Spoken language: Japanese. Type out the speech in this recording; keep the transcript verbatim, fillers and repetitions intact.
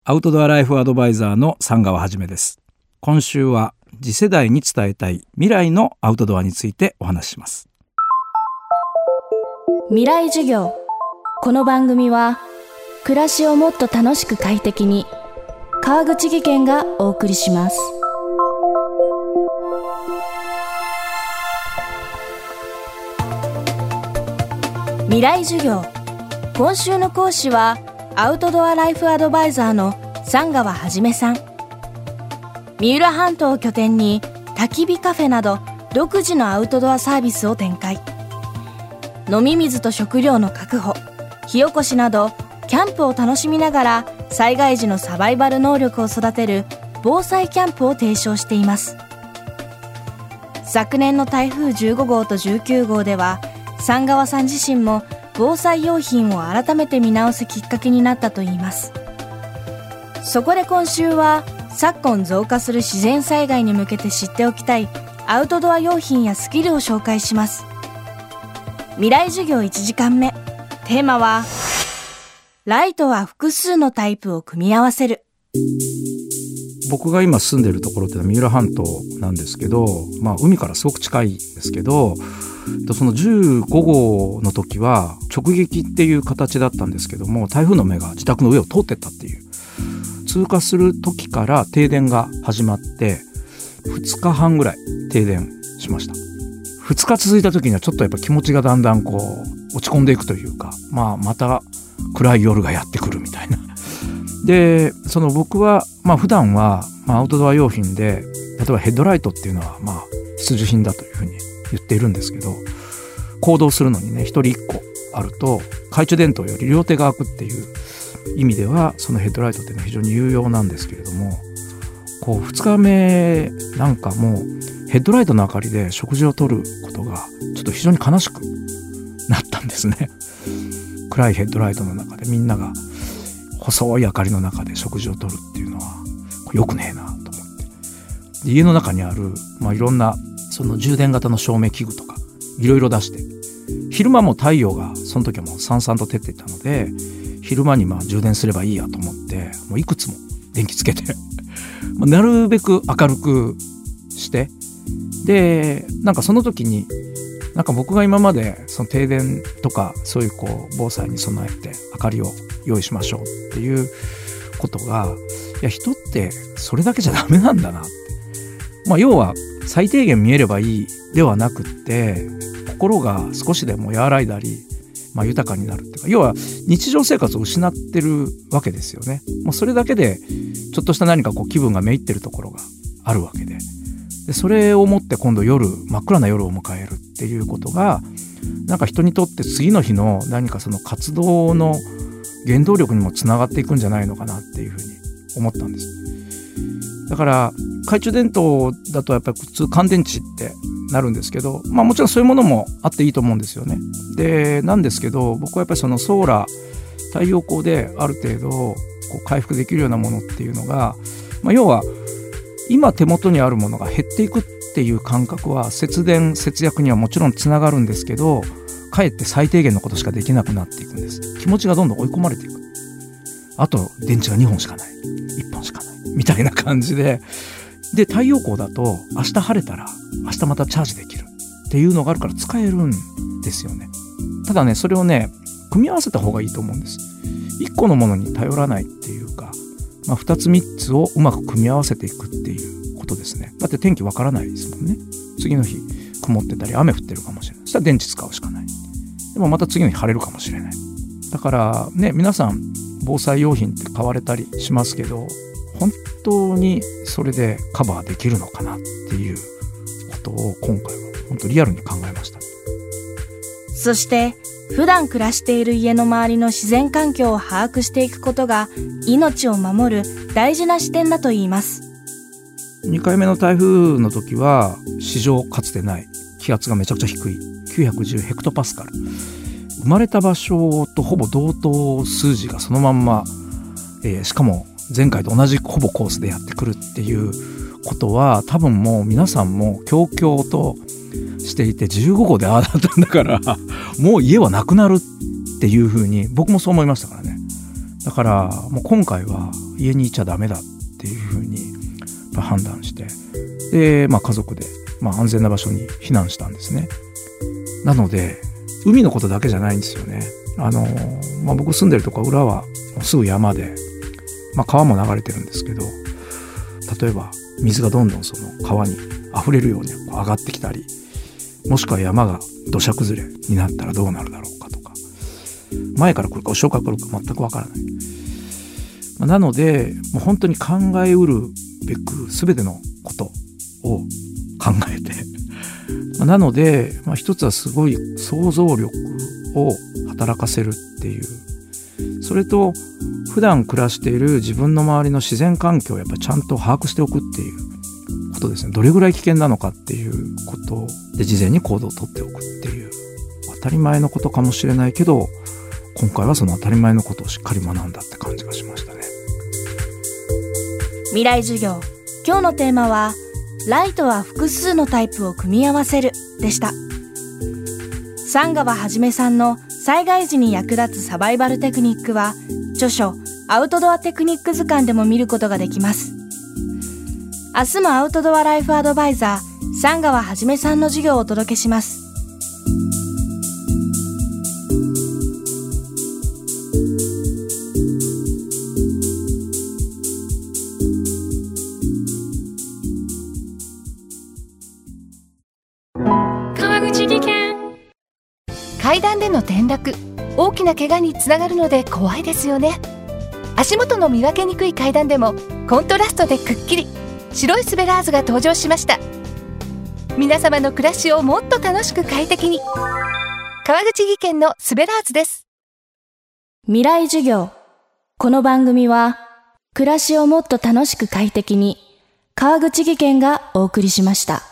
アウトドアライフアドバイザーの三川はじめです。今週は次世代に伝えたい未来のアウトドアについてお話しします。 未来授業。この番組は暮らしをもっと楽しく快適に、川口義賢がお送りします。未来授業。今週の講師はアウトドアライフアドバイザーの三川はじめさん。三浦半島を拠点に焚き火カフェなど独自のアウトドアサービスを展開。飲み水と食料の確保、火起こしなどキャンプを楽しみながら災害時のサバイバル能力を育てる防災キャンプを提唱しています。昨年の台風じゅうごごうとじゅうきゅうごうでは三川さん自身も防災用品を改めて見直すきっかけになったといいます。そこで今週は昨今増加する自然災害に向けて知っておきたいアウトドア用品やスキルを紹介します。未来授業いちじかんめ、テーマはライトは複数のタイプを組み合わせる。 僕が今住んでるところってのは三浦半島なんですけど、まあ海からすごく近いんですけど、そのじゅうごごうの時は直撃っていう形だったんですけども、台風の目が自宅の上を通ってったっていう、通過する時から停電が始まってふつかはんぐらい停電しました。ふつか続いた時にはちょっとやっぱ気持ちがだんだんこう落ち込んでいくというか、まあまた暗い夜がやってくるみたいな。でその僕はまあ普段はまあアウトドア用品で、例えばヘッドライトっていうのはまあ必需品だというふうに言っているんですけど、行動するのにね一人一個あると懐中電灯より両手が開くっていう意味では、そのヘッドライトっていうのは非常に有用なんですけれども、こうふつかめなんかもうヘッドライトの明かりで食事をとることがちょっと非常に悲しくなったんですね。暗いヘッドライトの中でみんなが細い明かりの中で食事をとるっていうのは良くねえなと思って、家の中にある、まあ、いろんなその充電型の照明器具とかいろいろ出して、昼間も太陽がその時はもうさんさんと照っていたので、昼間にまあ充電すればいいやと思って、もういくつも電気つけてなるべく明るくして、でなんかその時になんか僕が今までその停電とかそういうこう防災に備えて明かりを用意しましょうっていうことが、いや人ってそれだけじゃダメなんだなって、まあ要は最低限見えればいいではなくって、心が少しでも和らいだり、まあ、豊かになるっていうか、要は日常生活を失ってるわけですよね。もうそれだけでちょっとした何かこう気分がめいってるところがあるわけで、でそれをもって今度夜真っ暗な夜を迎えるっていうことが、なんか人にとって次の日の何かその活動の原動力にもつながっていくんじゃないのかなっていうふうに思ったんです。だから懐中電灯だとやっぱり普通乾電池ってなるんですけど、まあもちろんそういうものもあっていいと思うんですよね。でなんですけど、僕はやっぱりそのソーラー太陽光である程度こう回復できるようなものっていうのが、まあ、要は今手元にあるものが減っていくっていう感覚は節電節約にはもちろんつながるんですけど、かえって最低限のことしかできなくなっていくんです。気持ちがどんどん追い込まれていく。あと電池がにほんしかない、いっぽんしかないみたいな感じで、で太陽光だと明日晴れたら明日またチャージできるっていうのがあるから使えるんですよね。ただね、それをね組み合わせた方がいいと思うんです。いっこのものに頼らないっていうか、まあ、ふたつみっつをうまく組み合わせていくっていうことですね。だって天気わからないですもんね。次の日曇ってたり雨降ってるかもしれない。そしたら電池使うしかない。でもまた次の日晴れるかもしれない。だからね、皆さん防災用品って買われたりしますけど、本当にそれでカバーできるのかなっていうことを今回は本当リアルに考えました。 そして普段暮らしている家の周りの自然環境を把握していくことが命を守る大事な視点だといいます。 にかいめの台風の時は史上かつてない気圧がめちゃくちゃ低いきゅうひゃくじゅうヘクトパスカル、生まれた場所とほぼ同等数字がそのまんま、えー、しかも前回と同じほぼコースでやってくるっていうことは、多分もう皆さんも強々としていて、じゅうごごでああだったんだからもう家はなくなるっていうふうに僕もそう思いましたからね。だだからもう今回は家にいちゃダメだっていうふうに判断して、で、まあ、家族で、まあ、安全な場所に避難したんですね。なので海のことだけじゃないんですよね。あの、まあ、僕住んでるとこ裏はすぐ山で、まあ、川も流れてるんですけど、例えば水がどんどんその川に溢れるように上がってきたり、もしくは山が土砂崩れになったらどうなるだろうかとか、前から来るか後ろから来るか全くわからない。まあ、なのでもう本当に考えうるべく全てのことを考えてまあなので、まあ、一つはすごい想像力を働かせるっていう、それと普段暮らしている自分の周りの自然環境をやっぱりちゃんと把握しておくっていうことですね。どれぐらい危険なのかっていうことで事前に行動をとっておくっていう、当たり前のことかもしれないけど、今回はその当たり前のことをしっかり学んだって感じがしましたね。 未来授業、今日のテーマはライトは複数のタイプを組み合わせるでした。三川はじめさんの災害時に役立つサバイバルテクニックは著書アウトドアテクニック図鑑でも見ることができます。明日もアウトドアライフアドバイザー三川はじめさんの授業をお届けします。 川口技研。階段での転落、大きな怪我につながるので怖いですよね。足元の見分けにくい階段でもコントラストでくっきり白いスベラーズが登場しました。皆様の暮らしをもっと楽しく快適に、川口技研のスベラーズです。 未来授業、この番組は暮らしをもっと楽しく快適に、川口技研がお送りしました。